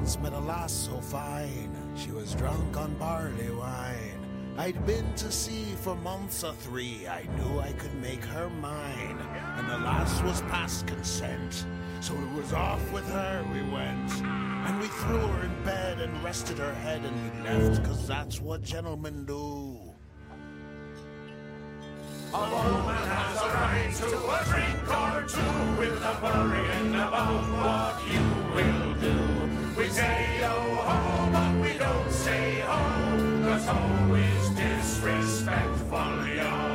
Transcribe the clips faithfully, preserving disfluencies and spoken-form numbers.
once met a lass so fine, she was drunk on barley wine. I'd been to sea for months or three, I knew I could make her mine. And the lass was past consent, so it was off with her we went. And we threw her in bed and rested her head and we left, cause that's what gentlemen do. A woman has a right to a drink or two without worrying about what you will do. We say oh ho, but we don't say ho, cause ho is disrespectful, yo.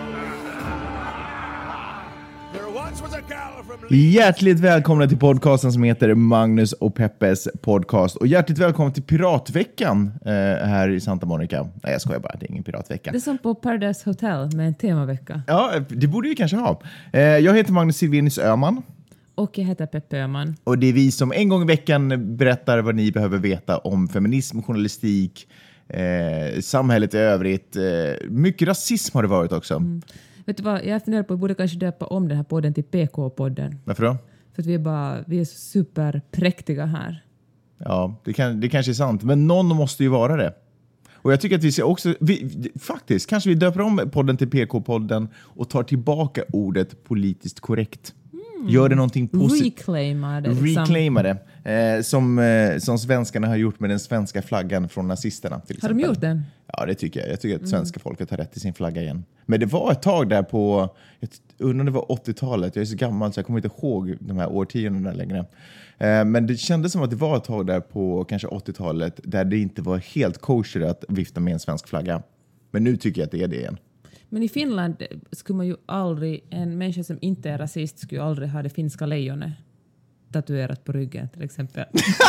There once was a gal from... Hjärtligt välkomna till podcasten som heter Magnus och Peppes podcast. Och hjärtligt välkommen till Piratveckan eh, här i Santa Monica. Nej, jag skojar bara, det är ingen piratvecka. Det är som på Paradise Hotel med en temavecka. Ja, det borde vi kanske ha. Eh, jag heter Magnus Silvenius Öhman. Och jag heter Peppe Öhman. Och det är vi som en gång i veckan berättar vad ni behöver veta om feminism, journalistik, eh, samhället i övrigt. Eh, mycket rasism har det varit också. Mm. Vet du vad, jag funderar på att jag borde kanske döpa om den här podden till P K-podden. Varför då? För att vi är bara, vi är så superpräktiga här. Ja, det, kan, det kanske är sant. Men någon måste ju vara det. Och jag tycker att vi ska också, vi, faktiskt, kanske vi döper om podden till P K-podden och tar tillbaka ordet politiskt korrekt. Mm. Gör det någonting positivt. Reclaima det. Liksom. Reclaima det. Eh, som, eh, som svenskarna har gjort med den svenska flaggan från nazisterna. Till har de gjort den? Ja, det tycker jag. Jag tycker att svenska mm. folket har rätt till sin flagga igen. Men det var ett tag där på, jag undrar det var åttiotalet. Jag är så gammal så jag kommer inte ihåg de här årtiondena längre. Eh, men det kändes som att det var ett tag där på kanske åttiotalet där det inte var helt kosher att vifta med en svensk flagga. Men nu tycker jag att det är det igen. Men i Finland skulle man ju aldrig, en människa som inte är rasist skulle aldrig ha det finska lejonet tatuerat på ryggen till exempel.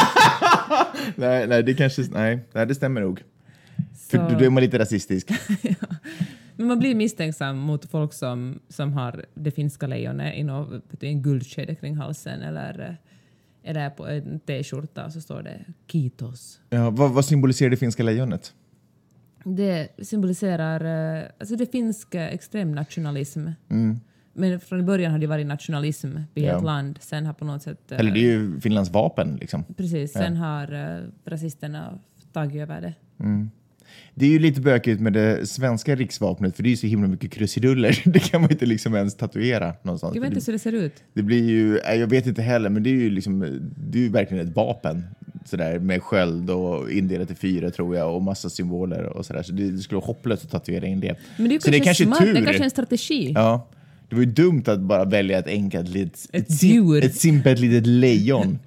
nej, nej, det kanske, nej, nej, det stämmer nog. Så... För du är man lite rasistisk. ja. Men man blir misstänksam mot folk som, som har det finska lejonet i någon, en guldkedja kring halsen eller, eller på en t-skjorta och så står det Kitos. Ja, vad, vad symboliserar det finska lejonet? Det symboliserar alltså det finska extremnationalism. Mm. Men från början har det varit nationalism i ja. ett land. Sen har på något sätt... Eller det är ju Finlands vapen liksom. Precis, sen ja. har uh, rasisterna tagit över det. Mm. Det är ju lite bökigt med det svenska riksvapnet för det är ju så himla mycket krusiduller. Det kan man inte liksom ens tatuera någonstans. Jag vet inte hur det ser ut. Det blir ju, jag vet inte heller, men det är ju liksom, det är ju verkligen ett vapen. Sådär med sköld och indelat i fyra tror jag och massa symboler och sådär. Så det skulle vara hopplöst att tatuera in det. Men det är så det är kanske smart, tur. Det är kanske en strategi. Ja. Det var ju dumt att bara välja ett enkelt litet, ett, ett, sim, ett simpelt litet lejon.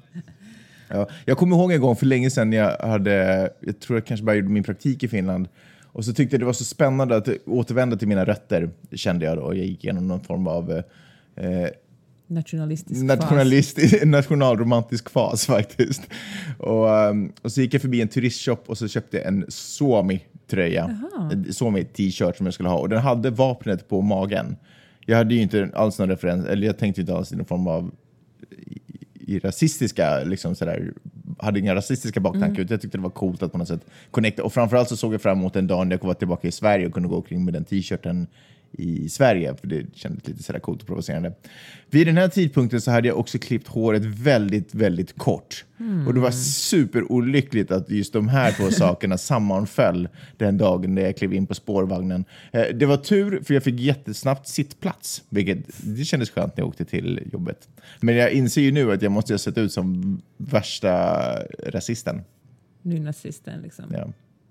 Ja, jag kommer ihåg en gång för länge sedan jag hade, jag tror jag kanske bara gjorde min praktik i Finland. Och så tyckte jag det var så spännande att återvända till mina rötter, kände jag då. Jag gick igenom någon form av eh, nationalistisk nationalist, fas. nationalromantisk fas faktiskt. Och, um, och så gick jag förbi en turistshop och så köpte jag en Suomi-tröja. En Suomi-t-shirt som jag skulle ha. Och den hade vapnet på magen. Jag hade ju inte alls någon referens, eller jag tänkte inte alls i någon form av i, i rasistiska, liksom sådär, hade inga rasistiska baktankar. Mm. Jag tyckte det var coolt att på något sätt connecta. Och framförallt så såg jag fram emot en dag när jag var tillbaka i Sverige och kunde gå omkring med den t-shirten i Sverige, för det kändes lite sådär coolt och provocerande. Vid den här tidpunkten så hade jag också klippt håret väldigt, väldigt kort. Mm. Och det var superolyckligt att just de här två sakerna sammanföll den dagen när jag klev in på spårvagnen. Det var tur för jag fick jättesnabbt sittplats, vilket det kändes skönt när jag åkte till jobbet. Men jag inser ju nu att jag måste ha sett ut som värsta rasisten. Nynazisten liksom. Ja.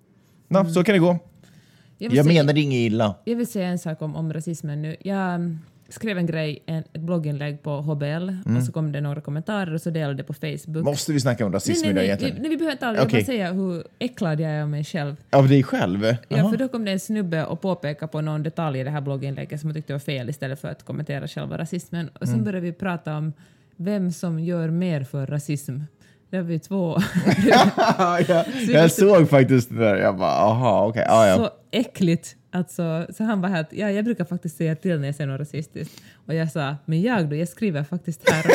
Nå, mm. så kan det gå. Jag, jag menar det inget illa. Jag vill säga en sak om, om rasismen nu. Jag skrev en grej, en, ett blogginlägg på H B L mm. och så kom det några kommentarer och så delade det på Facebook. Måste vi snacka om rasism nej, nej, idag egentligen? Nej, nej, vi behöver inte aldrig. Okay. Jag bara säga hur äcklad jag är om mig själv. Av dig själv? Aha. Ja, för då kom det en snubbe och påpeka på någon detalj i det här blogginlägget som jag tyckte var fel istället för att kommentera själva rasismen. Och sen mm. började vi prata om vem som gör mer för rasism. Det var vi två. ja, så jag såg faktiskt det där. Jag bara, aha, okej. Okay. Ah, ja. Så äckligt. Alltså, så han var här, ja, jag brukar faktiskt säga till när jag ser något rasistiskt. Och jag sa, men jag då, jag skriver faktiskt här.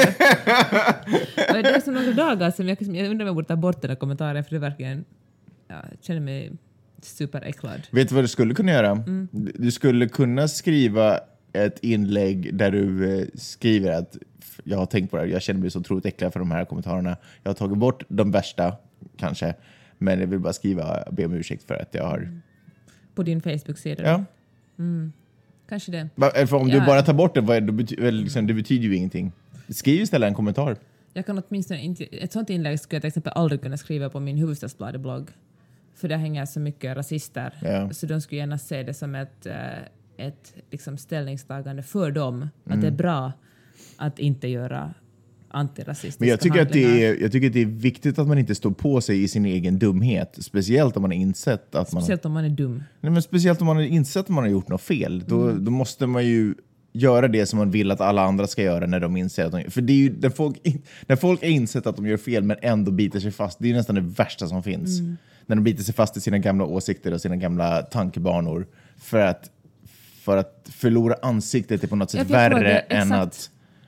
Och det är så några dagar som jag, jag undrar om jag borde ta bort den här kommentaren för det verkligen, ja, jag känner mig superäcklad. Vet du vad du skulle kunna göra? Mm. Du skulle kunna skriva ett inlägg där du eh, skriver att jag har tänkt på det, jag känner mig så otroligt äcklad för de här kommentarerna. Jag har tagit bort de värsta kanske. Men jag vill bara skriva, be om ursäkt för att jag har... Mm. På din Facebook-sida? Ja. Mm. Kanske det. För om ja. du bara tar bort det, vad är det, bety- liksom, det betyder ju ingenting. Skriv istället en kommentar. Jag kan åtminstone inte... Ett sånt inlägg skulle jag till exempel aldrig kunna skriva på min Hufvudstadsbladet-blogg. För där hänger så mycket rasister. Ja. Så de skulle gärna se det som ett, ett liksom ställningstagande för dem. Mm. Att det är bra att inte göra antirasistiska Men jag tycker, att handlingar. det är, jag tycker att det är viktigt att man inte står på sig i sin egen dumhet. Speciellt om man har insett att man... Speciellt om man är dum. Nej, men speciellt om man har insett att man har gjort något fel. Då, mm. då måste man ju göra det som man vill att alla andra ska göra när de inser att de... För det är ju när folk, när folk har insett att de gör fel men ändå biter sig fast. Det är nästan det värsta som finns. Mm. När de biter sig fast i sina gamla åsikter och sina gamla tankebanor. För att, för att förlora ansiktet är på något sätt värre än att...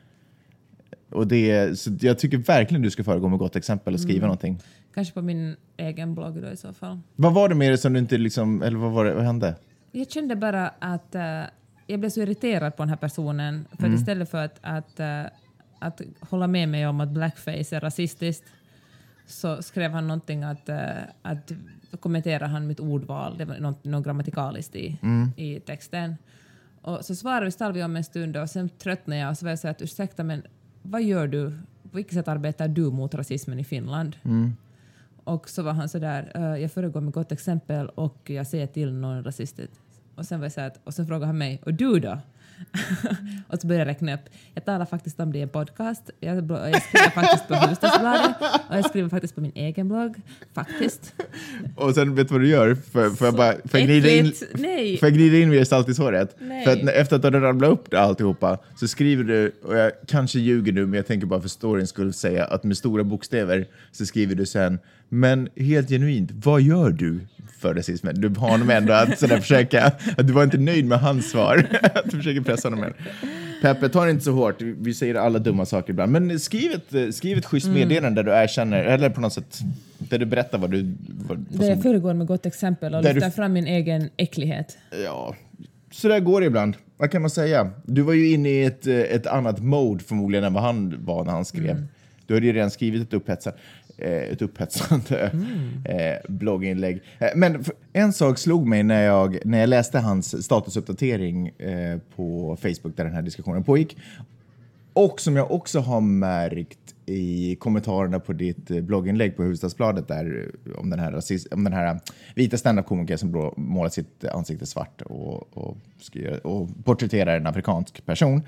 Och det, så jag tycker verkligen du ska föregå med gott exempel och skriva mm. någonting. Kanske på min egen blogg då i så fall. Vad var det med det som du inte liksom... Eller vad var det, vad hände? Jag kände bara att... Uh, jag blev så irriterad på den här personen. För Mm. att istället för att, att, uh, att hålla med mig om att blackface är rasistiskt så skrev han någonting att, uh, att kommentera han mitt ordval. Det var något, något grammatikaliskt i, mm. i texten. Och så svarade vi Stalvi om en stund och sen tröttnade jag och så var jag så att ursäkta, men vad gör du? På vilket sätt arbetar du mot rasismen i Finland? Mm. Och så var han så där, uh, jag föregår med gott exempel och jag säger till någon rasistiskt. Och sen var jag så att, och sen frågade han mig, och du då? Och så började jag räkna upp. Jag talar faktiskt om det i en podcast. Jag, jag skriver faktiskt på Hufvudstadsbladet. Och jag skriver faktiskt på min egen blogg. Faktiskt. Och sen vet du vad du gör? För, för, jag, bara, för, jag, glida in, Nej. för jag glida in vid det salt i såret. Nej. För att när, efter att du ramlat upp det alltihopa så skriver du, och jag kanske ljuger nu men jag tänker bara för storyns skull säga att med stora bokstäver så skriver du sen, men helt genuint, vad gör du för rasismen? Du har honom ändå att sådär försöka, att du var inte nöjd med hans svar. Att du försöker pressa honom. Peppe, ta det inte så hårt. Vi säger alla dumma saker ibland. Men skriv ett, skriv ett schysst meddelande mm. där du erkänner, eller på något sätt där du berättar vad du... Vad, vad där jag föregår med gott exempel och lyfter du... fram min egen äcklighet. Ja, så där går det ibland. Vad kan man säga? Du var ju inne i ett, ett annat mode förmodligen än vad han var när han skrev. Mm. Du hade ju redan skrivit ett upphetsat ett upphetsande mm. eh, blogginlägg. Eh, men en sak slog mig när jag, när jag läste hans statusuppdatering eh, på Facebook där den här diskussionen pågick. Och som jag också har märkt i kommentarerna på ditt blogginlägg på Hufvudstadsbladet där om den här, rasist, om den här vita stand-up-komikern som målar sitt ansikte svart och, och, skriver, och porträtterar en afrikansk person.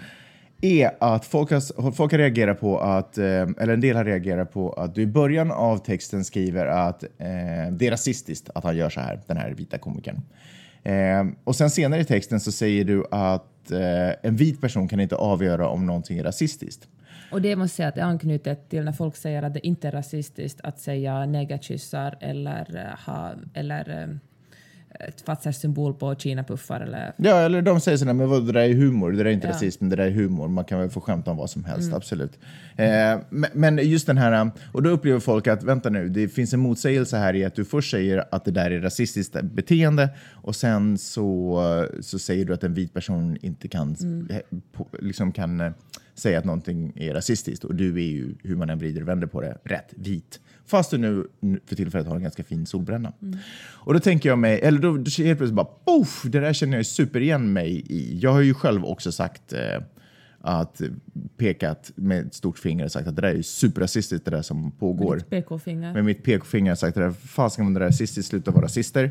Är att folk har, folk har reagerat på att, eller en del har reagerat på att du i början av texten skriver att eh, det är rasistiskt att han gör så här, den här vita komikern. Eh, och sen senare i texten så säger du att eh, en vit person kan inte avgöra om någonting är rasistiskt. Och det måste säga att det är anknutet till när folk säger att det inte är rasistiskt att säga negerkyssar eller ha, eller ett fatsar-symbol på Kina-puffar eller... Ja, eller de säger sådär, men vad, det där är humor, det där är inte ja. rasism, det där är humor, man kan väl få skämta om vad som helst, mm. absolut. Eh, men just den här, och då upplever folk att, vänta nu, det finns en motsägelse här i att du först säger att det där är rasistiskt beteende och sen så, så säger du att en vit person inte kan, mm. liksom kan säga att någonting är rasistiskt och du är ju, hur man än vrider och vänder på det, rätt vit. Fast du nu för tillfället har en ganska fin solbränna. Mm. Och då tänker jag mig, eller då, då helt plötsligt bara, poff, det där känner jag super igen mig i. Jag har ju själv också sagt eh, att pekat med ett stort finger och sagt att det där är superrasistiskt det där som pågår. Med ditt P K-finger. Med mitt P K-finger har sagt att det där, fan ska man det där rasistiskt, sluta vara rasister.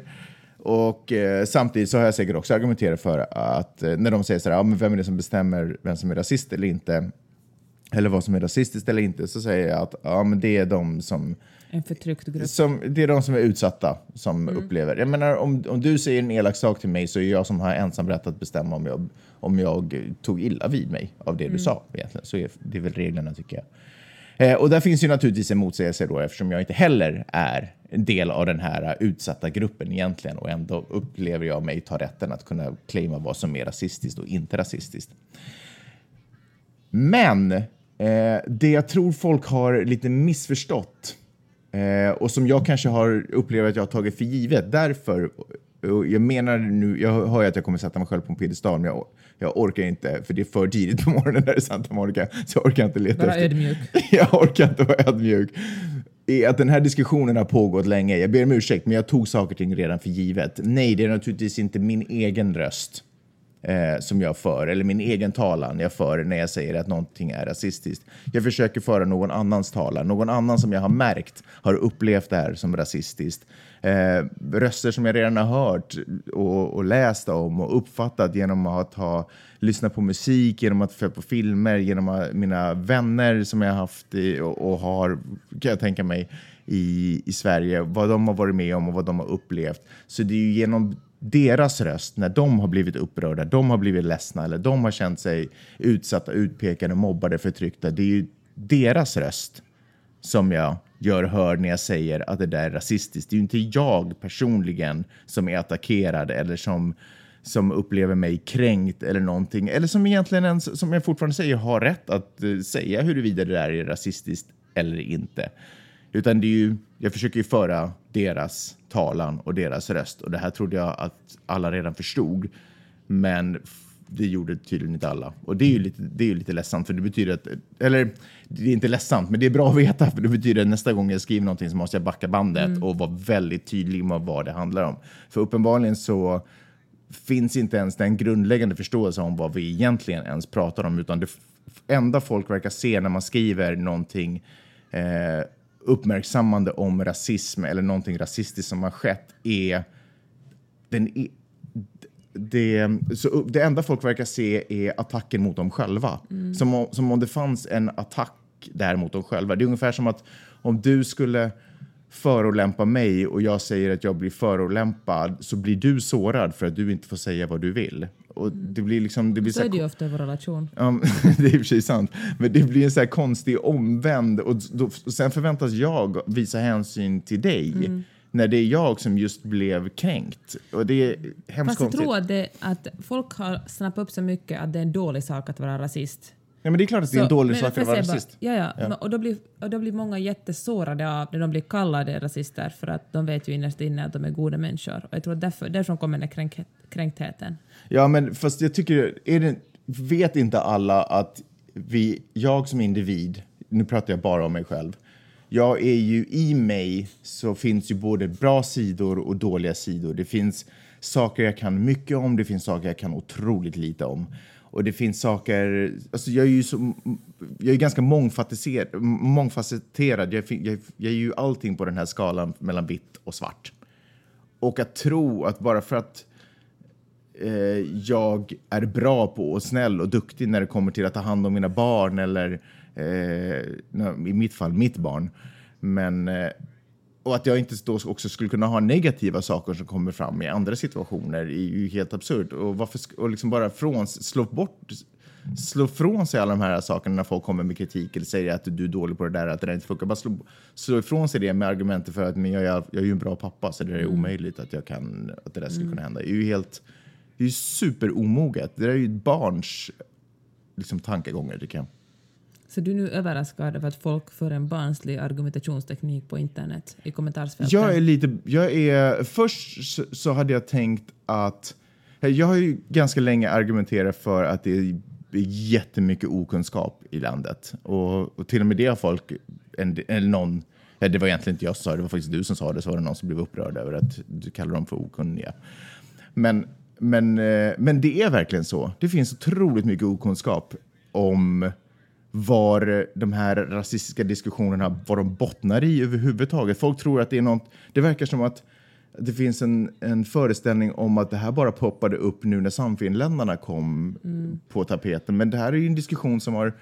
Och eh, samtidigt så har jag säkert också argumenterat för att eh, när de säger så här, ja, men vem är det som bestämmer vem som är rasist eller inte, eller vad som är rasistiskt eller inte, så säger jag att ja, men det är de som en förtryckt grupp. Som, det är de som är utsatta som mm. upplever. Jag menar, om, om du säger en elak sak till mig så är jag som har ensam rätt att bestämma om jag, om jag tog illa vid mig av det mm. du sa egentligen. Så är det är väl reglerna, tycker jag. Eh, och där finns ju naturligtvis en motsägelse då, eftersom jag inte heller är en del av den här utsatta gruppen egentligen, och ändå upplever jag mig ta rätten att kunna claima vad som är rasistiskt och inte rasistiskt. Men eh, det jag tror folk har lite missförstått eh, och som jag kanske har upplevt att jag har tagit för givet, därför, och jag menar nu, jag hör ju att jag kommer sätta mig själv på en piedestal, men jag, jag orkar inte, för det är för tidigt på morgonen där i Santa Monica, så jag orkar inte leta Bara ödmjuk. Jag orkar inte vara ödmjuk. är att den här diskussionen har pågått länge. Jag ber om ursäkt, men jag tog saker och ting redan för givet. Nej, det är naturligtvis inte min egen röst eh, som jag för, eller min egen talan jag för när jag säger att någonting är rasistiskt. Jag försöker föra någon annans talan, någon annan som jag har märkt har upplevt det här som rasistiskt. Eh, röster som jag redan har hört och, och läst om och uppfattat genom att ha lyssnat på musik, genom att följa på filmer, genom att, mina vänner som jag har haft i, och, och har, kan jag tänka mig, i, i Sverige, vad de har varit med om och vad de har upplevt. Så det är ju genom deras röst, när de har blivit upprörda, de har blivit ledsna eller de har känt sig utsatta, utpekade, mobbade, förtryckta. Det är ju deras röst som jag gör hör när jag säger att det där är rasistiskt. Det är ju inte jag personligen som är attackerad eller som, som upplever mig kränkt eller någonting. Eller som egentligen ens, som jag fortfarande säger, har rätt att uh, säga huruvida det där är rasistiskt eller inte. Utan det är ju, jag försöker ju föra deras talan och deras röst. Och det här trodde jag att alla redan förstod. Men det gjorde tydligen inte alla. Och det är ju lite, det är ju lite ledsamt, för det betyder att, eller det är inte ledsamt, men det är bra att veta, för det betyder att nästa gång jag skriver någonting så måste jag backa bandet mm. och vara väldigt tydlig med vad det handlar om. För uppenbarligen så finns inte ens den grundläggande förståelse om vad vi egentligen ens pratar om, utan det enda folk verkar se när man skriver någonting eh, uppmärksammande om rasism eller någonting rasistiskt som har skett är den Det, så det enda folk verkar se är attacken mot dem själva. Mm. Som, om, som om det fanns en attack där mot dem själva. Det är ungefär som att om du skulle förolämpa mig och jag säger att jag blir förolämpad, så blir du sårad för att du inte får säga vad du vill. Och det blir liksom, det blir så, så är det ju ofta i vår relation. Um, det är precis sant. Men det blir en så här konstig omvänd. Och, då, och sen förväntas jag visa hänsyn till dig. Mm. När det är jag som just blev kränkt. Och det är hemskt Fast jag konstigt. tror att, det, att folk har snappat upp så mycket att det är en dålig sak att vara rasist. Ja, men det är klart att det är en så, dålig sak att vara rasist. Bara, ja, ja. ja. Och, då blir, och då blir många jättesårade av när de blir kallade rasister, för att de vet ju innerst inne att de är goda människor. Och jag tror att därför, därifrån kommer den kränk, kränktheten. Ja, men fast jag tycker, är det, vet inte alla att vi, jag som individ, nu pratar jag bara om mig själv, jag är ju i mig, så finns ju både bra sidor och dåliga sidor. Det finns saker jag kan mycket om, det finns saker jag kan otroligt lite om. Och det finns saker, alltså jag är ju så, jag är ganska mångfacetterad, mångfacetterad. Jag, jag, jag är ju allting på den här skalan mellan vitt och svart. Och att tro att bara för att eh, jag är bra på och snäll och duktig när det kommer till att ta hand om mina barn eller Eh, i mitt fall mitt barn, men eh, och att jag inte då också skulle kunna ha negativa saker som kommer fram i andra situationer är ju helt absurt. Och varför och liksom bara från, slå bort slå från sig alla de här sakerna när folk kommer med kritik eller säger att du är dålig på det där, att det där inte funkar. Bara slå, slå ifrån sig det med argumenter för att men jag, jag, jag är ju en bra pappa, så det är mm. omöjligt att jag kan, att det där skulle mm. kunna hända. Det är ju helt, det är ju super omoget. Det är ju ett barns liksom tankegångar, tycker jag. Så du är nu överraskad över att folk för en barnslig argumentationsteknik på internet i kommentarsfältet? Jag är lite, jag är, först så, så hade jag tänkt att, jag har ju ganska länge argumenterat för att det är jättemycket okunskap i landet. Och, och till och med det har folk, en, eller någon, ja, det var egentligen inte jag som sa det, det var faktiskt du som sa det, så var det någon som blev upprörd över att du kallar dem för okunniga. Men, men, men det är verkligen så. Det finns otroligt mycket okunskap om var de här rasistiska diskussionerna, vad de bottnar i överhuvudtaget. Folk tror att det är något, det verkar som att det finns en, en föreställning om att det här bara poppade upp nu när Samfinländarna kom mm. på tapeten. Men det här är ju en diskussion som har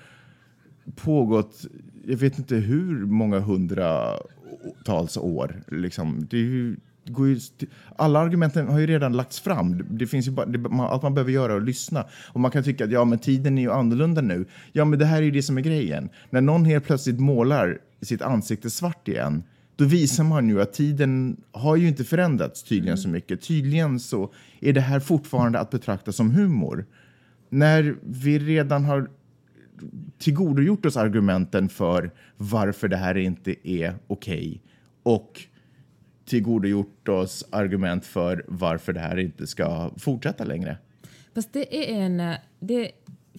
pågått, jag vet inte hur många hundratals år. Liksom. Det är ju, det går ju, alla argumenten har ju redan lagts fram. Det finns ju bara, det, allt man behöver göra är att lyssna. Och man kan tycka att ja, men tiden är ju annorlunda nu. Ja, men det här är ju det som är grejen. När någon helt plötsligt målar sitt ansikte svart igen, då visar man ju att tiden har ju inte förändrats tydligen mm. så mycket. Tydligen så är det här fortfarande att betrakta som humor. När vi redan har tillgodogjort oss argumenten för varför det här inte är okej. Och tillgodogjort oss argument för varför det här inte ska fortsätta längre. Fast det är en... Det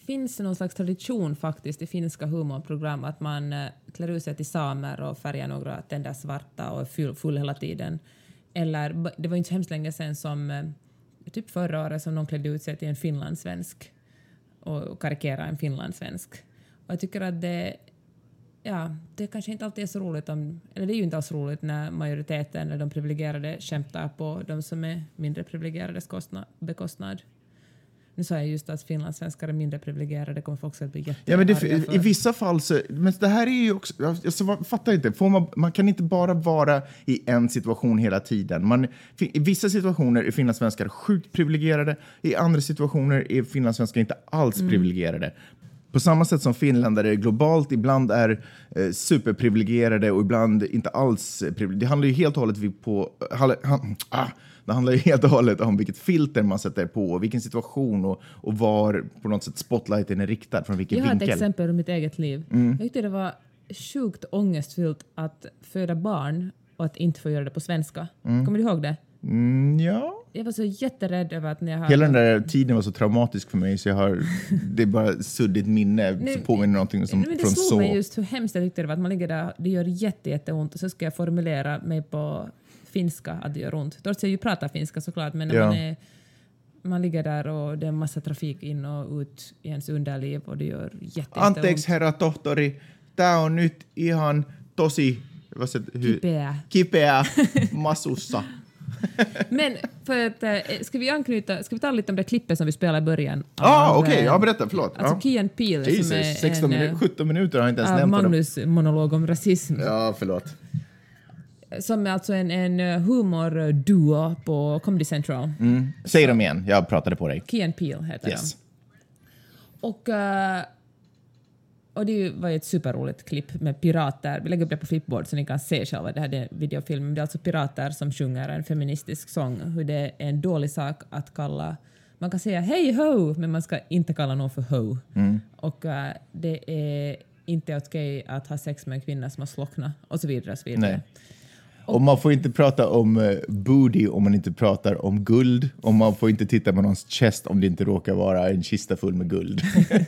finns någon slags tradition faktiskt i finska humorprogram att man äh, klär ut sig till samer och färgar några tänder svarta och är full, full hela tiden. Eller det var inte så hemskt länge sedan som äh, typ förra året som någon klädde ut sig till en finlandssvensk och karikera en finlandssvensk. Och jag tycker att det, ja, det kanske inte alltid är så roligt om, eller det är ju inte alls roligt när majoriteten eller de privilegierade skämtar på de som är mindre privilegierades kostnad, bekostnad. Nu sa jag just att finlandssvenskar är mindre privilegierade, kommer folk att bli jättearga Ja, men det, för. i vissa fall så, men det här är ju också, jag fattar inte, får man, man kan inte bara vara i en situation hela tiden. Man, i vissa situationer är finlandssvenskar sjukt privilegierade, i andra situationer är finlandssvenskar inte alls mm. privilegierade. På samma sätt som finländare globalt ibland är eh, superprivilegierade och ibland inte alls privilegierade. Det handlar ju helt och hållet på... Hall, han, ah, det handlar ju helt och hållet om vilket filter man sätter på, vilken situation och, och var på något sätt spotlighten är riktad, från vilken vinkel. Jag har ett exempel ur mitt eget liv. Mm. Jag tyckte det var sjukt ångestfyllt att föda barn och att inte få göra det på svenska. Mm. Kommer du ihåg det? Mm, ja. Jag var så jätterädd över att när jag hade... Hela den där tiden var så traumatisk för mig så jag har... det är bara suddigt minne nej, som påminner någonting som, nej, men från så... Det slog mig just hur hemskt jag tyckte det var att man ligger där, det gör jätte, jätteont och så ska jag formulera mig på finska att det gör ont. Då ska jag ju prata finska såklart, men när ja. man, är, man ligger där och det är en massa trafik in och ut i ens underliv och det gör jätte, jätteont. Anteeksi herra tohtori, tää on nyt ihan tosi... Vad säger, hur, kipeä. Kipeä masussa. Men för att, äh, ska vi anknyta, ska vi ta lite om det klippet som vi spelade i början? Ah, okej, okay. Ja, berätta, förlåt. Alltså ja. Key and Peele. Jesus, som är sexton en, minuter, sjutton minuter har jag inte ens äh, nämnt. Magnus monolog om rasism. Ja, förlåt. Som är alltså en, en humorduo på Comedy Central. Mm. Säg dem igen, jag pratade på dig. Key and Peele heter yes. de. Och... Uh, Och det var ju ett superroligt klipp med pirater. Vi lägger upp det på Flipboard så ni kan se själva. Det här är en videofilm. Det är alltså pirater som sjunger en feministisk sång. Hur det är en dålig sak att kalla... Man kan säga hej ho, men man ska inte kalla någon för ho. Mm. Och uh, det är inte okej att ha sex med en kvinna som har slocknat. Och så vidare. Och så vidare. Nej. Och man får inte prata om uh, booty om man inte pratar om guld. Och man får inte titta på någons chest om det inte råkar vara en kista full med guld.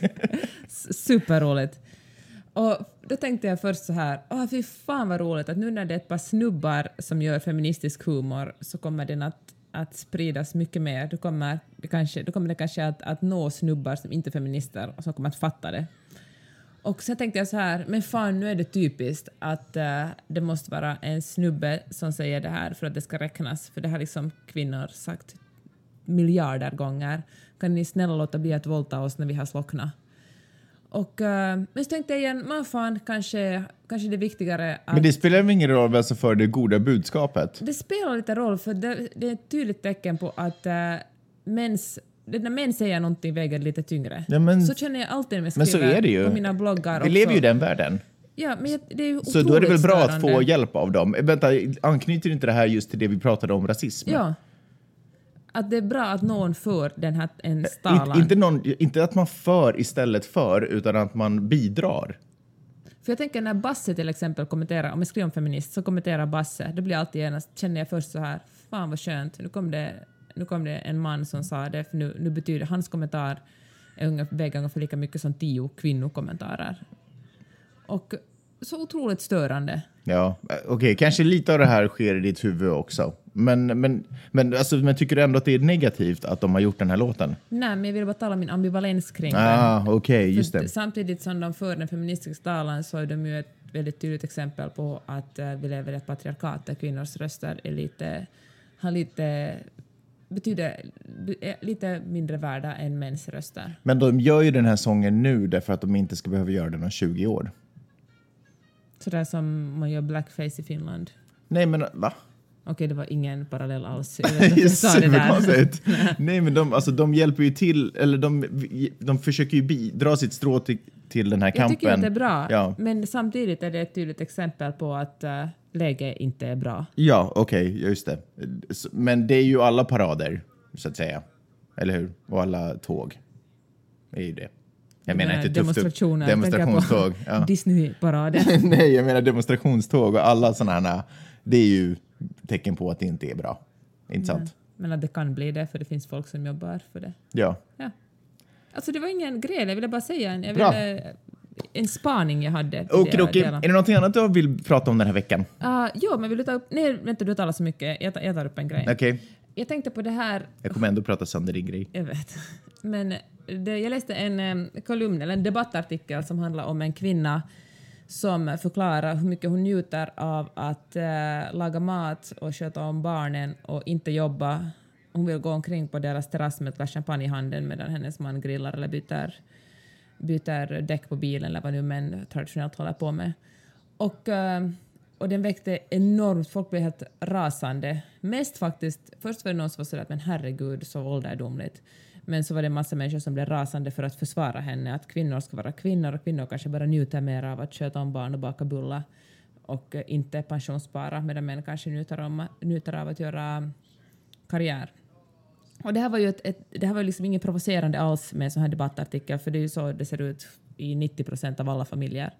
Superroligt. Och då tänkte jag först så här, åh fy fan vad roligt att nu när det är ett par snubbar som gör feministisk humor så kommer den att, att spridas mycket mer. Då kommer det kanske, då kommer det kanske att, att nå snubbar som inte är feminister och som kommer att fatta det. Och sen tänkte jag så här, men fan nu är det typiskt att uh, det måste vara en snubbe som säger det här för att det ska räknas. För det har liksom kvinnor sagt miljarder gånger. Kan ni snälla låta bli att våldta oss när vi har slocknat? Och uh, men så tänkte jag igen, man fan kanske, kanske det är viktigare att... Men det spelar väl ingen roll alltså för det goda budskapet? Det spelar lite roll för det, det är ett tydligt tecken på att uh, mäns... när män säger någonting väger lite tyngre. Ja, men, så känner jag alltid när jag skriver men så är det ju. På mina bloggar. Vi också. Lever ju i den världen. Ja, men det är ju så då är det väl bra störande. Att få hjälp av dem. Vänta, anknyter inte det här just till det vi pratade om rasism? Ja. Att det är bra att någon för den här en stalan. In, inte, någon, inte att man för istället för, utan att man bidrar. För jag tänker när Basse till exempel kommenterar, om jag skriver om feminist så kommenterar Basse, det blir alltid genast, känner jag först så här, fan vad skönt, nu kom det, nu kom det en man som sa det, för nu, nu betyder hans kommentar är ungefär, ungefär lika mycket som tio kvinnokommentarer. Och så otroligt störande. Ja, okej. Okay. Kanske lite av det här sker i ditt huvud också. Men, men, men, alltså, men tycker du ändå att det är negativt att de har gjort den här låten? Nej, men jag vill bara tala om min ambivalens kring ah, det. Okay, just det. Samtidigt som de för den feministiska talan så är de ju ett väldigt tydligt exempel på att uh, vi lever i ett patriarkat där kvinnors röster är lite, har lite, betyder är lite mindre värda än mäns röster. Men de gör ju den här sången nu därför att de inte ska behöva göra den om tjugo år. Sådär som man gör blackface i Finland. Nej, men va? Okej, det var ingen parallell alls. Jag vet jag sa det där. Nej, men de, alltså, de hjälper ju till, eller de, de försöker ju bidra sitt strå till, till den här kampen. Jag tycker att det är bra, ja. Men samtidigt är det ett tydligt exempel på att uh, läge inte är bra. Ja, okej, okay, just det. Men det är ju alla parader, så att säga. Eller hur? Och alla tåg. Det är ju det. Jag menar inte demonstrationer. Demonstrationståg. Ja. Disney-paraden. Nej, jag menar demonstrationståg och alla sådana här. Det är ju tecken på att det inte är bra. Inte sant? Men att det kan bli det för det finns folk som jobbar för det. Ja. Ja. Alltså det var ingen grej, jag ville bara säga en, jag ville, en spaning jag hade. Okej, okej. Är det någonting annat du vill prata om den här veckan? Uh, jo, men vill du ta upp... Nej, vänta, du talar så mycket. Jag tar, jag tar upp en grej. Okej. Okay. Jag tänkte på det här... Jag kommer ändå prata sönder din grej. Jag vet. Men det, jag läste en um, kolumn, eller en debattartikel som handlar om en kvinna som förklarar hur mycket hon njuter av att uh, laga mat och sköta om barnen och inte jobba. Hon vill gå omkring på deras terrass med ett glas champagne i handen medan hennes man grillar eller byter, byter däck på bilen eller vad nu män traditionellt håller på med. Och, uh, och den väckte enormt, folk blev helt rasande. Mest faktiskt, först var det någon som var sådär att men herregud så ålderdomligt. Men så var det en massa människor som blev rasande för att försvara henne. Att kvinnor ska vara kvinnor och kvinnor kanske bara njuter mer av att sköta om barn och baka bullar. Och uh, inte pensionsspara medan män kanske njuter, om, njuter av att göra karriär. Och det här var ju ett, ett, det här var liksom inget provocerande alls med en sån här debattartikel, för det är ju så det ser ut i nittio procent av alla familjer.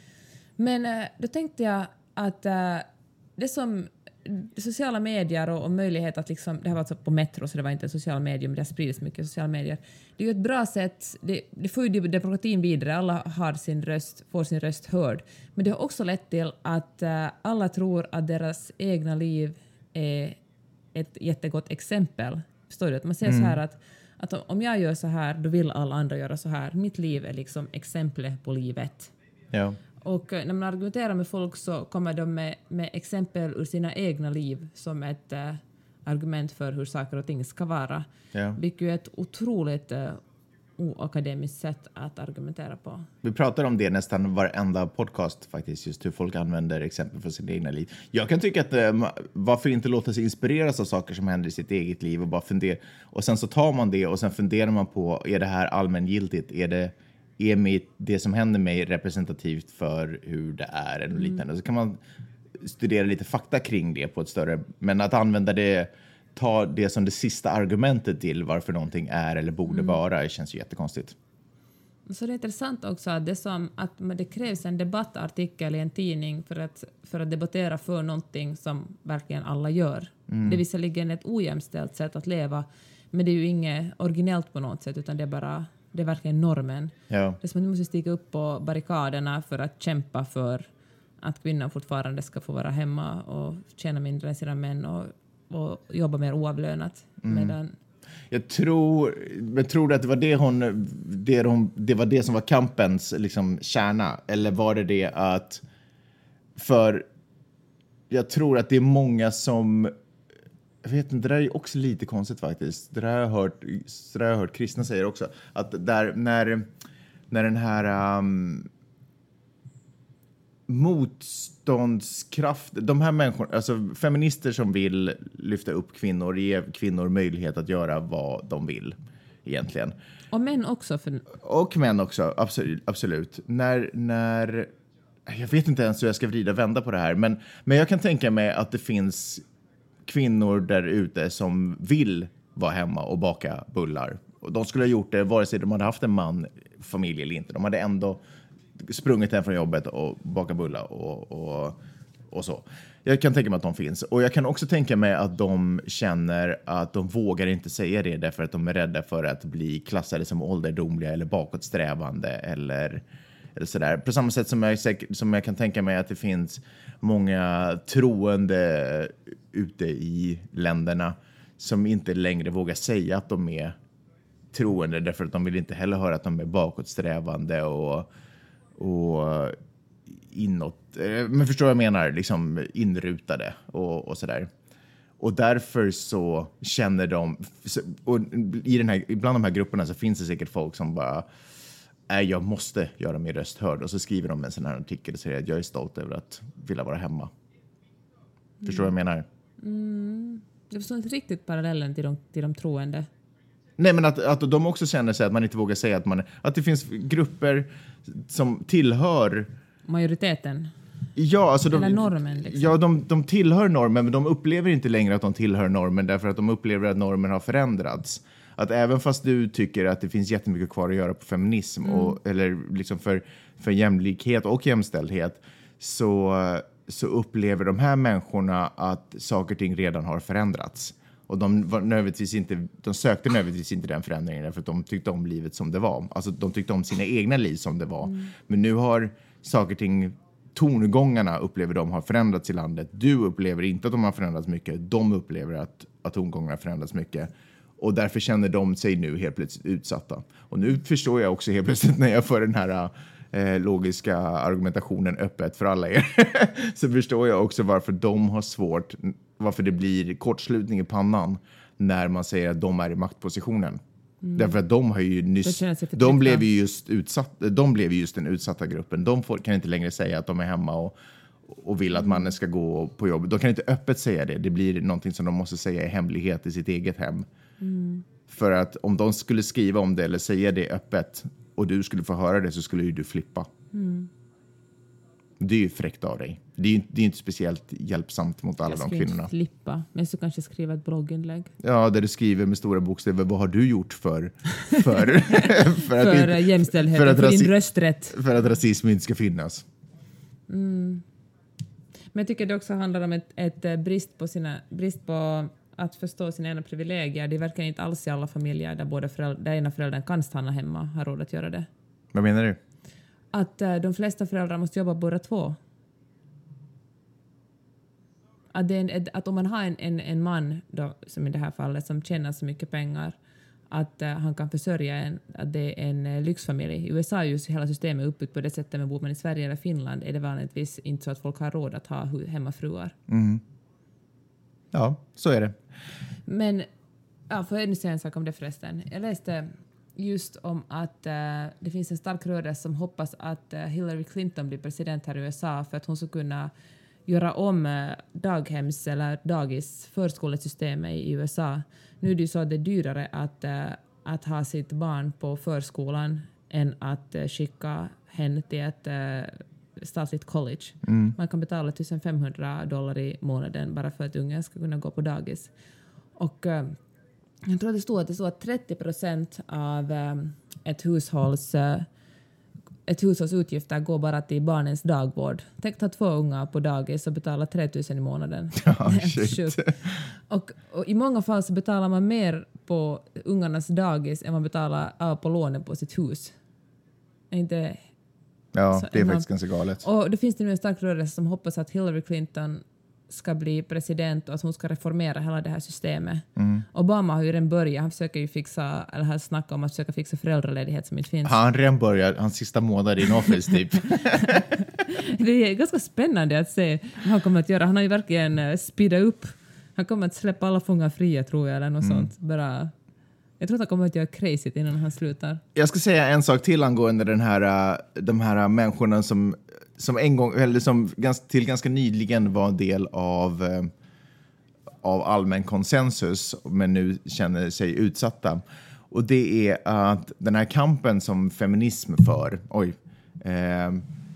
Men äh, då tänkte jag att äh, det som sociala medier och, och möjlighet att liksom, det här var alltså på Metro så det var inte en social medier men det har spridits mycket sociala medier. Det är ju ett bra sätt, det, det får ju demokratin vidare, alla har sin röst, får sin röst hörd. Men det har också lett till att äh, alla tror att deras egna liv är ett jättegott exempel. Förstår du? Att man säger mm. så här att, att om jag gör så här, då vill alla andra göra så här. Mitt liv är liksom exempel på livet. Ja. Och när man argumenterar med folk så kommer de med, med exempel ur sina egna liv som ett äh, argument för hur saker och ting ska vara. Ja. Vilket är ett otroligt äh, oakademiskt sätt att argumentera på. Vi pratar om det nästan varenda podcast faktiskt, just hur folk använder exempel för sin egna liv. Jag kan tycka att äh, varför inte låta sig inspireras av saker som händer i sitt eget liv och bara fundera. Och sen så tar man det och sen funderar man på, är det här allmängiltigt? Är det är mitt, det som händer mig representativt för hur det är eller liknande? Mm. Så kan man studera lite fakta kring det på ett större, men att använda det, ta det som det sista argumentet till varför någonting är eller borde mm. vara, det känns ju jättekonstigt. Så det är intressant också att det, som, att det krävs en debattartikel i en tidning för att, för att debattera för någonting som verkligen alla gör. Mm. Det är visserligen ett ojämställt sätt att leva, men det är ju inget originellt på något sätt, utan det är bara, det är verkligen normen. Ja. Det är som att du måste stiga upp på barrikaderna för att kämpa för att kvinnor fortfarande ska få vara hemma och tjäna mindre än sina män och, och jobba mer oavlönat. Mm. Medan Jag tror, jag tror att det var det hon, det, hon, det var det som var kampens liksom kärna. Eller var det det att, för jag tror att det är många som, jag vet inte, det där är också lite konstigt faktiskt. Det där har jag hört, det där har jag hört kristna säger också. Att där, när, när den här um, motståndskraft, de här människorna, alltså feminister som vill lyfta upp kvinnor, ge kvinnor möjlighet att göra vad de vill egentligen. Och män också. För... Och män också, absolut. absolut. När, när, jag vet inte ens hur jag ska vrida och vända på det här, men, men jag kan tänka mig att det finns kvinnor där ute som vill vara hemma och baka bullar. Och de skulle ha gjort det vare sig de hade haft en man, familj eller inte. De hade ändå sprungit hem från jobbet och bakat bullar och, och, och så. Jag kan tänka mig att de finns. Och jag kan också tänka mig att de känner att de vågar inte säga det därför att de är rädda för att bli klassade som ålderdomliga eller bakåtsträvande eller, eller sådär. På samma sätt som jag, som jag kan tänka mig att det finns många troende ute i länderna som inte längre vågar säga att de är troende därför att de vill inte heller höra att de är bakåtsträvande och och inåt, men förstår vad jag menar, liksom inrutade och, och sådär. Och därför så känner de, och i den här, bland de här grupperna så finns det säkert folk som bara, är jag måste göra min röst hörd, och så skriver de en sån här artikel och säger att jag är stolt över att vilja vara hemma. Mm. Förstår vad jag menar? Mm. Jag förstår inte riktigt parallellen till de, till de troende. Nej, men att, att de också känner sig att man inte vågar säga att man, att det finns grupper som tillhör majoriteten. Ja, alltså de, eller normen. Liksom. Ja, de, de tillhör normen, men de upplever inte längre att de tillhör normen därför att de upplever att normen har förändrats. Att även fast du tycker att det finns jättemycket kvar att göra på feminism mm. och, eller liksom för, för jämlikhet och jämställdhet, så, så upplever de här människorna att saker och ting redan har förändrats. Och de, var nödvändigtvis inte, de sökte nödvändigtvis inte den förändringen för att de tyckte om livet som det var. Alltså de tyckte om sina egna liv som det var. Mm. Men nu har saker och ting, tongångarna upplever de har förändrats i landet. Du upplever inte att de har förändrats mycket. De upplever att, att tongångarna förändrats mycket. Och därför känner de sig nu helt plötsligt utsatta. Och nu förstår jag också helt plötsligt när jag för den här eh, logiska argumentationen öppet för alla er. Så förstår jag också varför de har svårt, varför det blir kortslutning i pannan när man säger att de är i maktpositionen. Mm. Därför att de har ju nyss, de blev ju just utsatt, de blev ju just den utsatta gruppen. De får, kan inte längre säga att de är hemma och, och vill att mannen ska gå på jobb. De kan inte öppet säga det. Det blir någonting som de måste säga i hemlighet i sitt eget hem. Mm. För att om de skulle skriva om det eller säga det öppet och du skulle få höra det så skulle ju du flippa. Mm. Det är ju fräckt av dig. Det är ju det är inte speciellt hjälpsamt mot alla de kvinnorna. Jag ska inte flippa, men så kanske skriva ett blogginlägg. Ja, där du skriver med stora bokstäver, vad har du gjort för för, för, för att för jämställdhet, för, att för din rösträtt. För att rasism inte ska finnas. Mm. Men jag tycker det också handlar om ett, ett brist på sina brist på att förstå sina egna privilegier. Det verkar inte alls i alla familjer där båda föräldrar, där ena föräldern kan stanna hemma har råd att göra det. Vad menar du? Att uh, de flesta föräldrar måste jobba båda två. Att, det är en, att om man har en, en, en man, då, som i det här fallet, som tjänar så mycket pengar att uh, han kan försörja en, att det är en uh, lyxfamilj. I U S A är ju hela systemet uppbyggt på det sättet, men bor man i Sverige eller Finland är det vanligtvis inte så att folk har råd att ha hemmafruar. Mm. Ja, så är det. Men, ja, får jag nu säga en sak om det förresten. Jag läste just om att uh, det finns en stark rörelse som hoppas att uh, Hillary Clinton blir president här i U S A för att hon ska kunna göra om uh, daghems- eller dagis förskolesystemet i U S A. Nu är det ju så att det är dyrare att, uh, att ha sitt barn på förskolan än att uh, skicka henne till ett uh, statligt college. Mm. Man kan betala tusen femhundra dollar i månaden bara för att ungen ska kunna gå på dagis. Och uh, jag tror att det stod att det stod att trettio procent av um, ett hushålls uh, ett hushålls utgifter går bara till barnens dagvård. Tänk ta två unga på dagis och betala tre tusen i månaden. Oh, shit. och, och i många fall så betalar man mer på ungarnas dagis än man betalar uh, på lånen på sitt hus. Inte ja, så, det är man, faktiskt ganska galet. Och det finns det nu en stark rörelse som hoppas att Hillary Clinton ska bli president och att hon ska reformera hela det här systemet. Mm. Obama har ju redan börjat. Han försöker ju fixa, eller han snackar om att försöka fixa föräldraledighet som inte finns. Han redan börjat, hans sista månad i office typ. Det är ganska spännande att se vad han kommer att göra. Han har ju verkligen uh, speedat upp. Han kommer att släppa alla fångar fria, tror jag, eller något mm. sånt. Bara, jag tror att han kommer att göra crazy innan han slutar. Jag ska säga en sak till angående den här, de här människorna som som en gång, eller som till ganska nyligen var en del av, eh, av allmän konsensus men nu känner sig utsatta. Och det är att den här kampen som feminism för, oj, eh,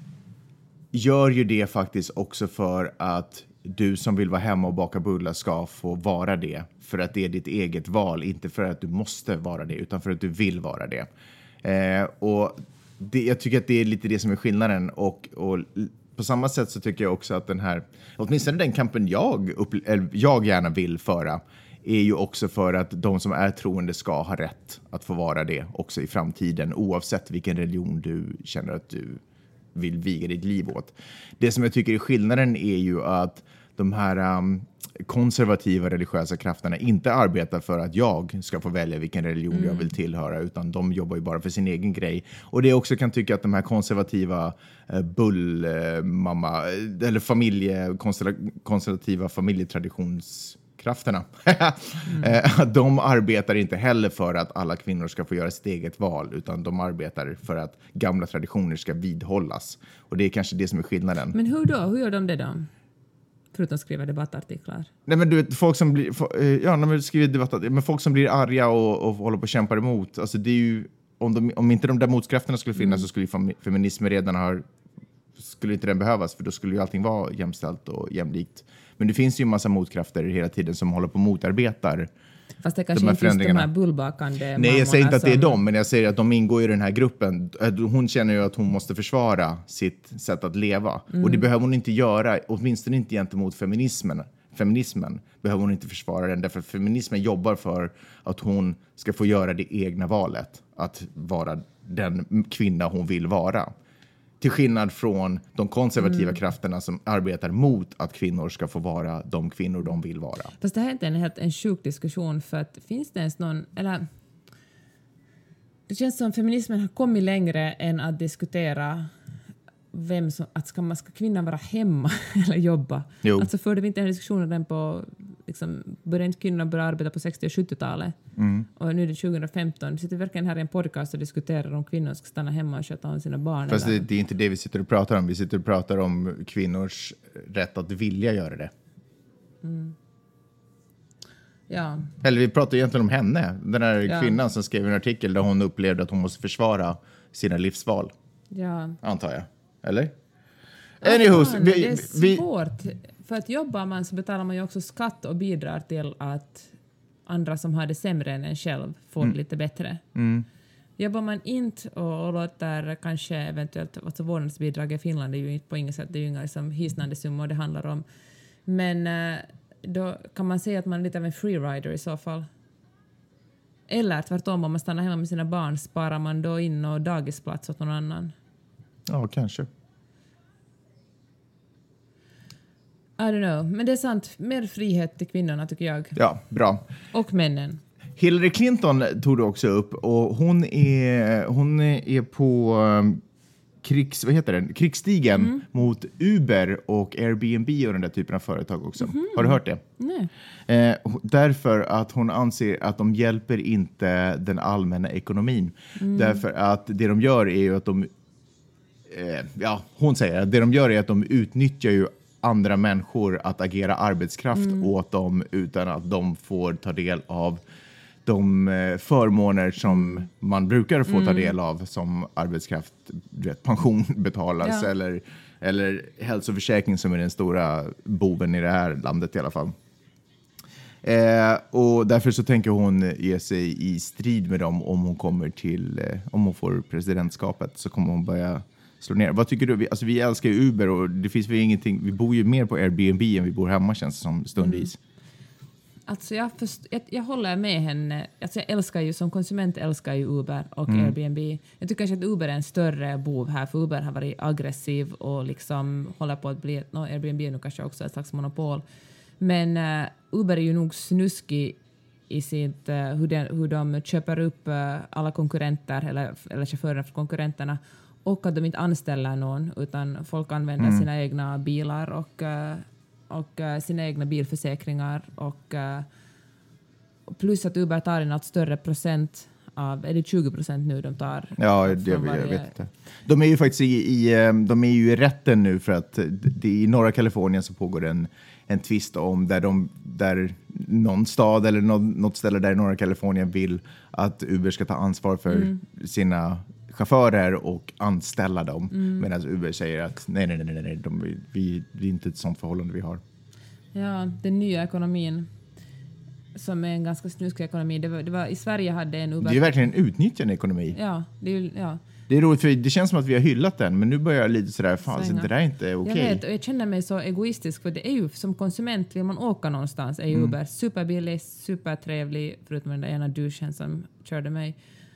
gör ju det faktiskt också för att du som vill vara hemma och baka bullar ska få vara det. För att det är ditt eget val, inte för att du måste vara det utan för att du vill vara det. Eh, och Det, jag tycker att det är lite det som är skillnaden och, och på samma sätt så tycker jag också att den här, åtminstone den kampen jag, upple- jag gärna vill föra är ju också för att de som är troende ska ha rätt att få vara det också i framtiden oavsett vilken religion du känner att du vill viga ditt liv åt. Det som jag tycker är skillnaden är ju att de här um, konservativa religiösa krafterna inte arbetar för att jag ska få välja vilken religion mm. jag vill tillhöra utan de jobbar ju bara för sin egen grej. Och det också kan tycka att de här konservativa uh, bullmamma uh, eller familje, konservativa familjetraditionskrafterna mm. de arbetar inte heller för att alla kvinnor ska få göra sitt eget val utan de arbetar för att gamla traditioner ska vidhållas. Och det är kanske det som är skillnaden. Men hur då? Hur gör de det då? Förutom att skriva debattartiklar. Nej men du vet, folk som blir, ja när man skriver debattartiklar, men folk som blir arga och, och håller på och kämpar emot, alltså det är ju, om, de, om inte de där motkrafterna skulle finnas mm. så skulle ju feminismen redan ha, skulle inte den behövas för då skulle ju allting vara jämställt och jämlikt. Men det finns ju en massa motkrafter hela tiden som håller på och motarbetar. Fast det kanske de inte just de här bullbakande. Nej, jag säger inte att det är dem, men jag säger att de ingår i den här gruppen. Hon känner ju att hon måste försvara sitt sätt att leva. Mm. Och det behöver hon inte göra, åtminstone inte gentemot feminismen. feminismen behöver hon inte försvara den. Därför att feminismen jobbar för att hon ska få göra det egna valet. Att vara den kvinna hon vill vara. Till skillnad från de konservativa mm. krafterna som arbetar mot att kvinnor ska få vara de kvinnor de vill vara. Fast det här är inte en helt en sjuk diskussion, för att finns det ens någon, eller det känns som feminismen har kommit längre än att diskutera vem som, att ska, man, ska kvinnan vara hemma eller jobba. Jo. Alltså förde vi inte en diskussion den på, liksom, började inte kvinnorna börja arbeta på sextio- och sjuttiotalet mm. och nu är det tjugohundrafemton. Vi sitter verkligen här i en podcast och diskuterar om kvinnor ska stanna hemma och sköta om sina barn. Fast det, det är inte det vi sitter och pratar om. Vi sitter och pratar om kvinnors rätt att vilja göra det. Mm. Ja. Eller vi pratar egentligen om henne. Den här ja. kvinnan som skrev en artikel där hon upplevde att hon måste försvara sina livsval. Ja. Antar jag. Eller? Ja, Anywho, fan, vi, det är svårt. Vi... För att jobbar man så betalar man ju också skatt och bidrar till att andra som har det sämre än en själv får mm. lite bättre. Mm. Jobbar man inte och, och låter kanske eventuellt, alltså vårdnadsbidrag i Finland är ju på inget sätt, det är ju inga liksom hisnande summor det handlar om. Men eh, då kan man säga att man är lite av en freerider i så fall. Eller tvärtom, om man stannar hemma med sina barn sparar man då in och dagisplats åt någon annan. Ja, kanske. I don't know. Men det är sant. Mer frihet till kvinnorna tycker jag. Ja, bra. Och männen. Hillary Clinton tog du också upp. Och hon är, hon är på um, krigs, vad heter det? krigsstigen mm. mot Uber och Airbnb och den där typen av företag också. Mm. Har du hört det? Nej. Eh, därför att hon anser att de hjälper inte den allmänna ekonomin. Mm. Därför att det de gör är ju att de eh, ja, hon säger att det de gör är att de utnyttjar ju andra människor att agera arbetskraft mm. åt dem utan att de får ta del av de eh, förmåner som man brukar få mm. ta del av som arbetskraft, vet, pension betalas ja. eller, eller hälsoförsäkring som är den stora boven i det här landet i alla fall. Eh, och därför så tänker hon ge sig i strid med dem om hon kommer till, eh, om hon får presidentskapet så kommer hon börja slå ner. Vad tycker du? Vi, alltså vi älskar ju Uber och det finns väl ingenting, vi bor ju mer på Airbnb än vi bor hemma känns det som stundvis. Mm. Alltså jag, först, jag, jag håller med henne. Alltså jag älskar ju, som konsument älskar ju Uber och mm. Airbnb. Jag tycker kanske att Uber är en större bov här, för Uber har varit aggressiv och liksom håller på att bli, no, Airbnb är nu kanske också ett slags monopol. Men uh, Uber är ju nog snuskig i sitt, uh, hur, de, hur de köper upp uh, alla konkurrenter eller, eller chaufförer för konkurrenterna och att de inte anställer någon utan folk använder mm. sina egna bilar och uh, och uh, sina egna bilförsäkringar och uh, plus att Uber tar en allt större procent av, är det tjugo procent nu de tar? Ja, det, jag, varje... jag vet inte. De är ju faktiskt i, i, de är ju i rätten nu för att det, i norra Kalifornien så pågår en, en tvist om där, de, där någon stad eller någon, något ställe där i norra Kalifornien vill att Uber ska ta ansvar för mm. sina chaufförer och anställa dem. Mm. Medan Uber säger att nej, nej, nej, nej de, vi, vi, det är inte ett sånt förhållande vi har. Ja, den nya ekonomin som är en ganska snuskig ekonomi. Det var, det var, i Sverige hade en Uber... Det är verkligen en utnyttjande ekonomi. Ja, det är, ja. Det är roligt för det känns som att vi har hyllat den men nu börjar jag lite sådär, fan så det där är inte okej. Okay. Jag vet och jag känner mig så egoistisk för det är ju som konsument vill man åka någonstans är ju mm. Uber superbillig, supertrevlig förutom den där ena duschen som körde mig.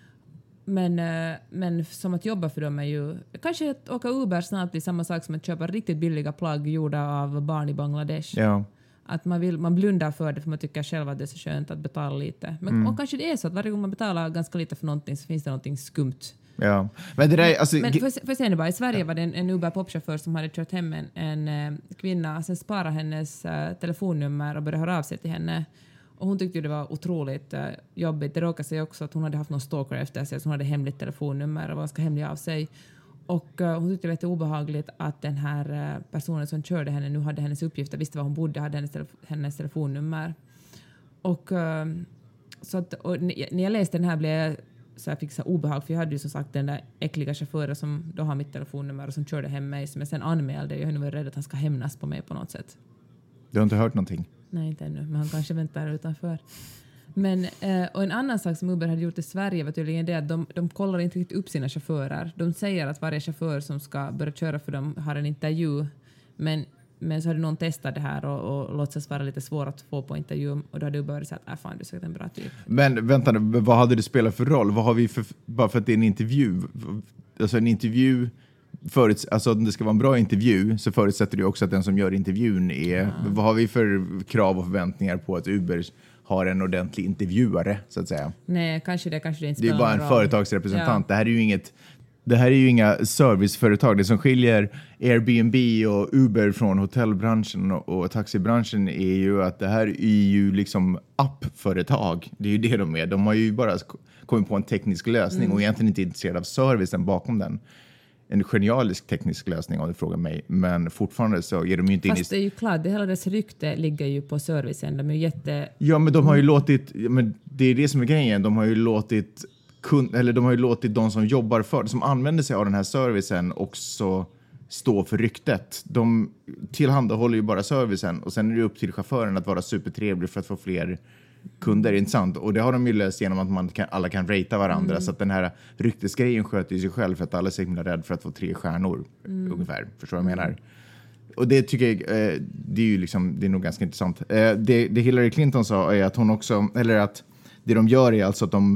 Men, men som att jobba för dem är ju... Kanske att åka Uber snart är samma sak som att köpa riktigt billiga plagg gjorda av barn i Bangladesh. Ja. Att man, vill, man blundar för det för man tycker själv att det är så skönt att betala lite. Men mm. och kanske det är så att varje gång man betalar ganska lite för någonting så finns det någonting skumt. Ja. Men det där, alltså... Men för, för sen bara, i Sverige var det en, en Uber-popchaufför som hade kört hem en, en kvinna. Sen sparade hennes uh, telefonnummer och började höra av sig till henne. Och hon tyckte det var otroligt uh, jobbigt. Det råkade sig också att hon hade haft någon stalker efter sig. Så hon hade hemligt telefonnummer och var ganska hemlig av sig. Och uh, hon tyckte det var lite obehagligt att den här uh, personen som körde henne nu hade hennes uppgifter. Visste var hon bodde, hade hennes, telef- hennes telefonnummer. Och, uh, så att, och n- när jag läste den här blev jag så jag fick så obehag. För jag hade ju som sagt den där äckliga chauffören som då har mitt telefonnummer och som körde hem mig. Som jag sen anmälde. Jag är nu rädd att han ska hämnas på mig på något sätt. Du har inte hört någonting? Nej, inte ännu. Men han kanske väntar utanför. Men, eh, och en annan sak som Uber hade gjort i Sverige var tydligen det att de, de kollar inte riktigt upp sina chaufförer. De säger att varje chaufför som ska börja köra för dem har en intervju. Men men så hade någon testat det här och, och låtsas vara lite svår att få på intervju och då hade du börjat säga att äh, fan, du sökte en bra typ. Men vänta nu, vad hade det spelat för roll? Vad har vi för, bara för att det är en intervju? Alltså en intervju, förut, alltså om det ska vara en bra intervju så förutsätter det också att den som gör intervjun är... Mm. Vad har vi för krav och förväntningar på att Uber har en ordentlig intervjuare, så att säga? Nej, kanske det, kanske det inte Det är bara en roll. företagsrepresentant. Ja. Det här är ju inget... Det här är ju inga serviceföretag. Det som skiljer Airbnb och Uber från hotellbranschen och, och taxibranschen är ju att det här är ju liksom appföretag. Det är ju det de är. De har ju bara kommit på en teknisk lösning mm. och egentligen inte intresserade av servicen bakom den. En genialisk teknisk lösning om du frågar mig. Men fortfarande så är de ju inte in i... Fast det är ju klart, det hela dess rykte ligger ju på servicen. De är ju jätte... Ja, men de har ju låtit... Men det är det som är grejen. De har ju låtit... Kund, eller de har ju låtit de som jobbar för, som använder sig av den här servicen också stå för ryktet. De tillhandahåller ju bara servicen och sen är det upp till chauffören att vara supertrevlig för att få fler kunder, inte sant? Och det har de ju löst genom att man kan, alla kan ratea varandra mm. så att den här ryktesgrejen sköter sig själv för att alla är så himla rädd för att få tre stjärnor mm. ungefär. Förstår du vad jag menar? Och det tycker jag, eh, det är ju liksom, det är nog ganska intressant. Eh, det, det Hillary Clinton sa är att hon också, eller att det de gör är alltså att de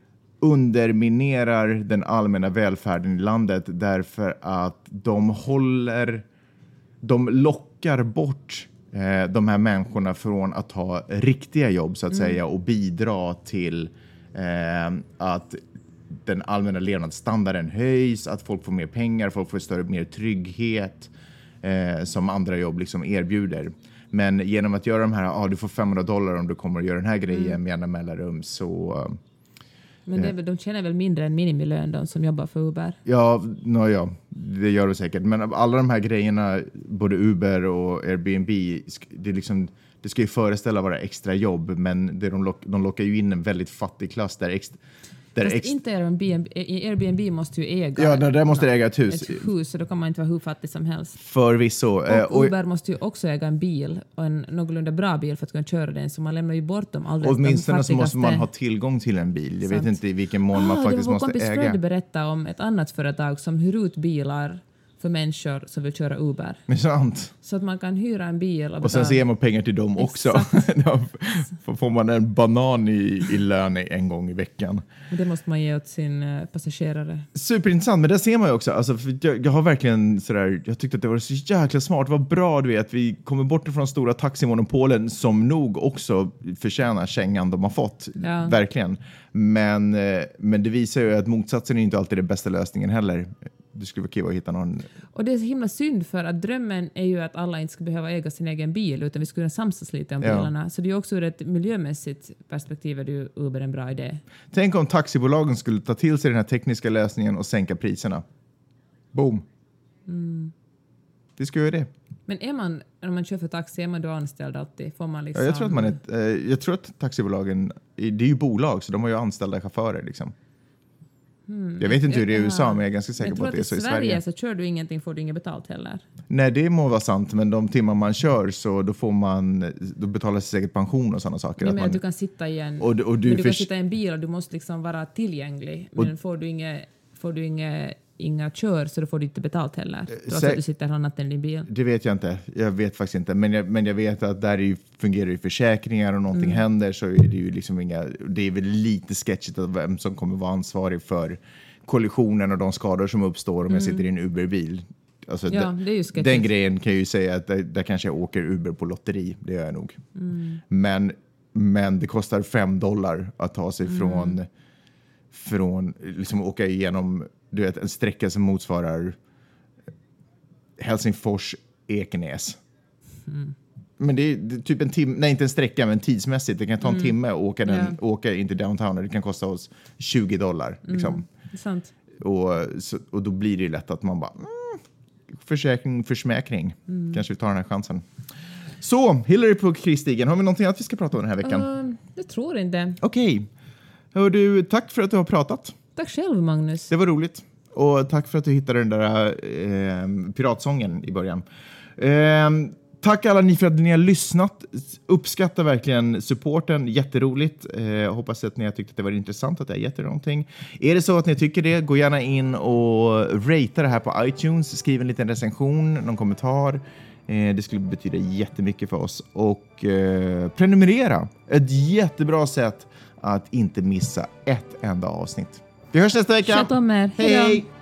underminerar den allmänna välfärden i landet därför att de håller, de lockar bort eh, de här människorna från att ha riktiga jobb så att mm. säga och bidra till eh, att den allmänna levnadsstandarden höjs, att folk får mer pengar, folk får större mer trygghet eh, som andra jobb liksom erbjuder. Men genom att göra de här, ja ah, du får femhundra dollar om du kommer att göra den här grejen mm. med jämna mellanrum så... Men det är väl, de tjänar väl mindre än minimilön de som jobbar för Uber? Ja, no, ja, det gör det säkert. Men alla de här grejerna, både Uber och Airbnb, det, är liksom, det ska ju föreställa vara extra jobb. Men det de, lock, de lockar ju in en väldigt fattig klass där extra... Fast ex- inte Airbnb, Airbnb måste ju äga... Ja, där måste äga ett hus. Ett hus, så då kan man inte vara hur fattig som helst. Förvisso. Och Uber och, måste ju också äga en bil, och en någorlunda bra bil för att kunna köra den, så man lämnar ju bort dem alldeles. Åtminstone så måste man ha tillgång till en bil. Jag Sant. vet inte i vilken mån ah, man faktiskt måste äga. Vår kompis Fred berättade om ett annat företag som hyr ut bilar för människor som vill köra Uber. Men sant. Så att man kan hyra en bil. Och, och sen ger man pengar till dem också. Då får man en banan i, i lön en gång i veckan. Det måste man ge åt sin uh, passagerare. Superintressant, men det ser man ju också. Alltså, för jag, jag har verkligen sådär, jag tyckte att det var så jäkla smart. Vad bra du vet att vi kommer bort från stora taximonopolen som nog också förtjänar kängan de har fått. Ja. Verkligen. Men, men det visar ju att motsatsen är inte alltid den bästa lösningen heller. Det skulle vara kul att hitta någon... Och det är så himla synd, för att drömmen är ju att alla inte ska behöva äga sin egen bil, utan vi skulle kunna samsas lite om ja. bilarna. Så det är också ur ett miljömässigt perspektiv är det ju Uber en bra idé. Tänk om taxibolagen skulle ta till sig den här tekniska lösningen och sänka priserna. Boom. Mm. Det skulle ju det. Men är man, när man kör för taxi, är man då anställd alltid? Får man liksom... Ja, jag tror att man är, eh, jag tror att taxibolagen, det är ju bolag så de har ju anställda chaufförer liksom. Hmm. Jag vet inte hur det är i U S A, men jag är ganska säker på att det är så i Sverige. I Sverige så kör du ingenting får du inget betalt heller. Nej, det må vara sant, men de timmar man kör så då får man, då betalar sig säkert pension och sådana saker. Nej, men att man, du kan sitta i en, och, och du, men du för... kan sitta i en bil och du måste liksom vara tillgänglig. Men och, får du inga, får du inga, inga kör så då får du inte betalt heller. Trots sä- att du sitter hela natten i din bil. Det vet jag inte. Jag vet faktiskt inte. Men jag, men jag vet att där är ju, fungerar ju försäkringar och någonting mm. händer så är det ju liksom inga, det är väl lite sketchigt att vem som kommer vara ansvarig för kollisionen och de skador som uppstår om mm. jag sitter i en Uber-bil. Alltså ja, det är ju sketchigt. Den grejen kan jag ju säga att där, där kanske jag åker Uber på lotteri. Det gör jag nog. Mm. Men, men det kostar fem dollar att ta sig mm. från, från liksom åka igenom du vet, en sträcka som motsvarar Helsingfors-Ekenäs. Mm. Men det är, det är typ en timme, nej inte en sträcka men tidsmässigt. Det kan ta en mm. timme att åka, den, yeah. åka in till downtown och det kan kosta oss tjugo dollar. Liksom. Mm. Det är sant. Och, så, och då blir det lätt att man bara mm, försäkring, försmäkring. Mm. Kanske vi tar den här chansen. Så, Hillary på krigsstigen. Har vi någonting att vi ska prata om den här veckan? Uh, jag tror inte. Okej. Okay. Du, tack för att du har pratat. Tack själv, Magnus. Det var roligt. Och tack för att du hittade den där eh, piratsången i början. Eh, tack alla ni för att ni har lyssnat. Uppskattar verkligen supporten. Jätteroligt. Eh, hoppas att ni har tyckt att det var intressant, att jag har gett er någonting. Är det så att ni tycker det, gå gärna in och ratea det här på iTunes. Skriv en liten recension, någon kommentar. Eh, det skulle betyda jättemycket för oss. Och eh, prenumerera. Ett jättebra sätt att inte missa ett enda avsnitt. Vi hörs nästa vecka. Sköt om er. Hej! Hej då.